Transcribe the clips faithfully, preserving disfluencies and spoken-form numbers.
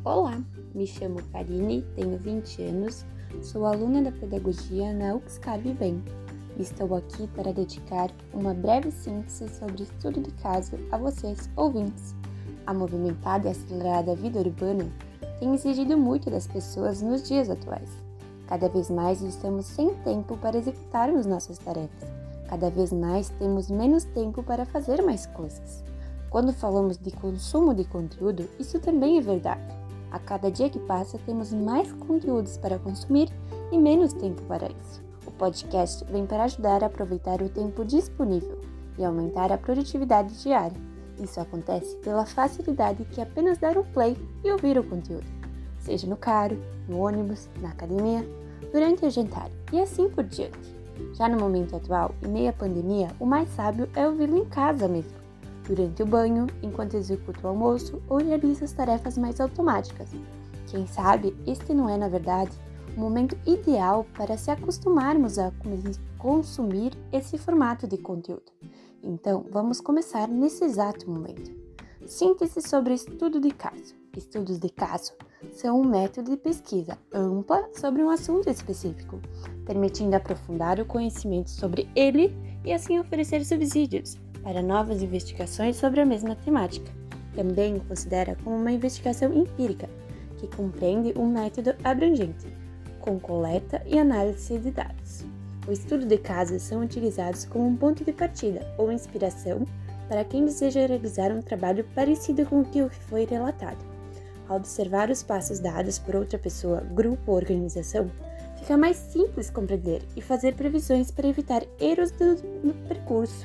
Olá, me chamo Karine, tenho vinte anos, sou aluna da Pedagogia na U F S C A B e estou aqui para dedicar uma breve síntese sobre estudo de caso a vocês, ouvintes. A movimentada e acelerada vida urbana tem exigido muito das pessoas nos dias atuais. Cada vez mais estamos sem tempo para executarmos nossas tarefas. Cada vez mais temos menos tempo para fazer mais coisas. Quando falamos de consumo de conteúdo, isso também é verdade. A cada dia que passa, temos mais conteúdos para consumir e menos tempo para isso. O podcast vem para ajudar a aproveitar o tempo disponível e aumentar a produtividade diária. Isso acontece pela facilidade que é apenas dar um play e ouvir o conteúdo, seja no carro, no ônibus, na academia, durante o jantar e assim por diante. Já no momento atual, em meio à pandemia, o mais sábio é ouvi-lo em casa mesmo, durante o banho, enquanto executa o almoço ou realiza as tarefas mais automáticas. Quem sabe, este não é, na verdade, o momento ideal para se acostumarmos a consumir esse formato de conteúdo. Então, vamos começar nesse exato momento. Síntese sobre estudo de caso. Estudos de caso são um método de pesquisa ampla sobre um assunto específico, permitindo aprofundar o conhecimento sobre ele e assim oferecer subsídios para novas investigações sobre a mesma temática. Também considera como uma investigação empírica, que compreende um método abrangente, com coleta e análise de dados. O estudo de casos são utilizados como um ponto de partida ou inspiração para quem deseja realizar um trabalho parecido com o que foi relatado. Ao observar os passos dados por outra pessoa, grupo ou organização, fica mais simples compreender e fazer previsões para evitar erros do, no percurso.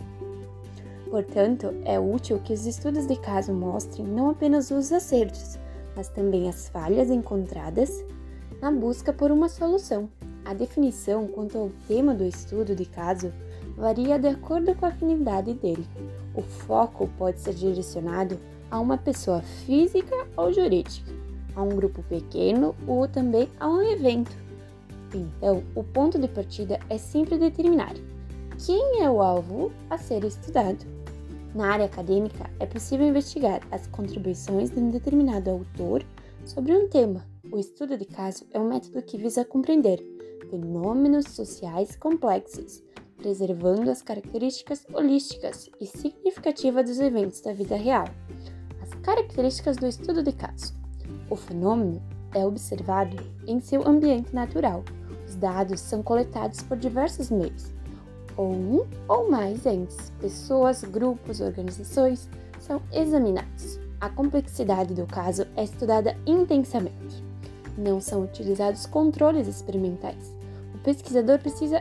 Portanto, é útil que os estudos de caso mostrem não apenas os acertos, mas também as falhas encontradas na busca por uma solução. A definição quanto ao tema do estudo de caso varia de acordo com a afinidade dele. O foco pode ser direcionado a uma pessoa física ou jurídica, a um grupo pequeno ou também a um evento. Então, o ponto de partida é sempre determinar quem é o alvo a ser estudado. Na área acadêmica, é possível investigar as contribuições de um determinado autor sobre um tema. O estudo de caso é um método que visa compreender fenômenos sociais complexos, preservando as características holísticas e significativas dos eventos da vida real. As características do estudo de caso. O fenômeno é observado em seu ambiente natural. Os dados são coletados por diversos meios, ou um ou mais entes, pessoas, grupos, organizações são examinados. A complexidade do caso é estudada intensamente. Não são utilizados controles experimentais. O pesquisador precisa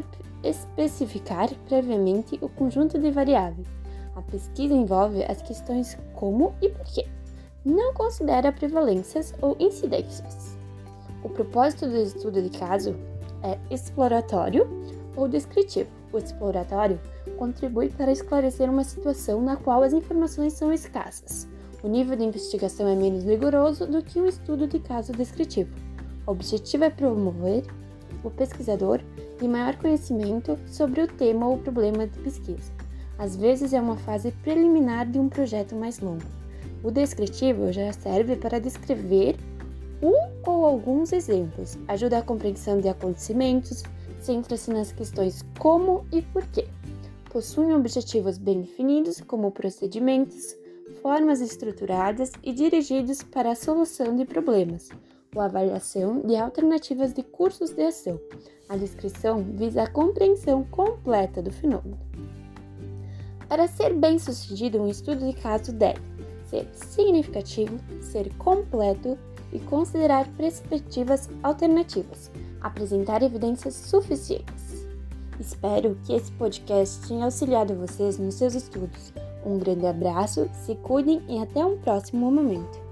especificar previamente o conjunto de variáveis. A pesquisa envolve as questões como e porquê. Não considera prevalências ou incidências. O propósito do estudo de caso é exploratório ou descritivo. O exploratório contribui para esclarecer uma situação na qual as informações são escassas. O nível de investigação é menos rigoroso do que um estudo de caso descritivo. O objetivo é promover o pesquisador de maior conhecimento sobre o tema ou problema de pesquisa. Às vezes é uma fase preliminar de um projeto mais longo. O descritivo já serve para descrever um ou alguns exemplos, ajuda a compreensão de acontecimentos, centra-se nas questões como e porquê. Possuem objetivos bem definidos, como procedimentos, formas estruturadas e dirigidos para a solução de problemas, ou avaliação de alternativas de cursos de ação. A descrição visa a compreensão completa do fenômeno. Para ser bem-sucedido, um estudo de caso deve ser significativo, ser completo e considerar perspectivas alternativas, apresentar evidências suficientes. Espero que esse podcast tenha auxiliado vocês nos seus estudos. Um grande abraço, se cuidem e até um próximo momento.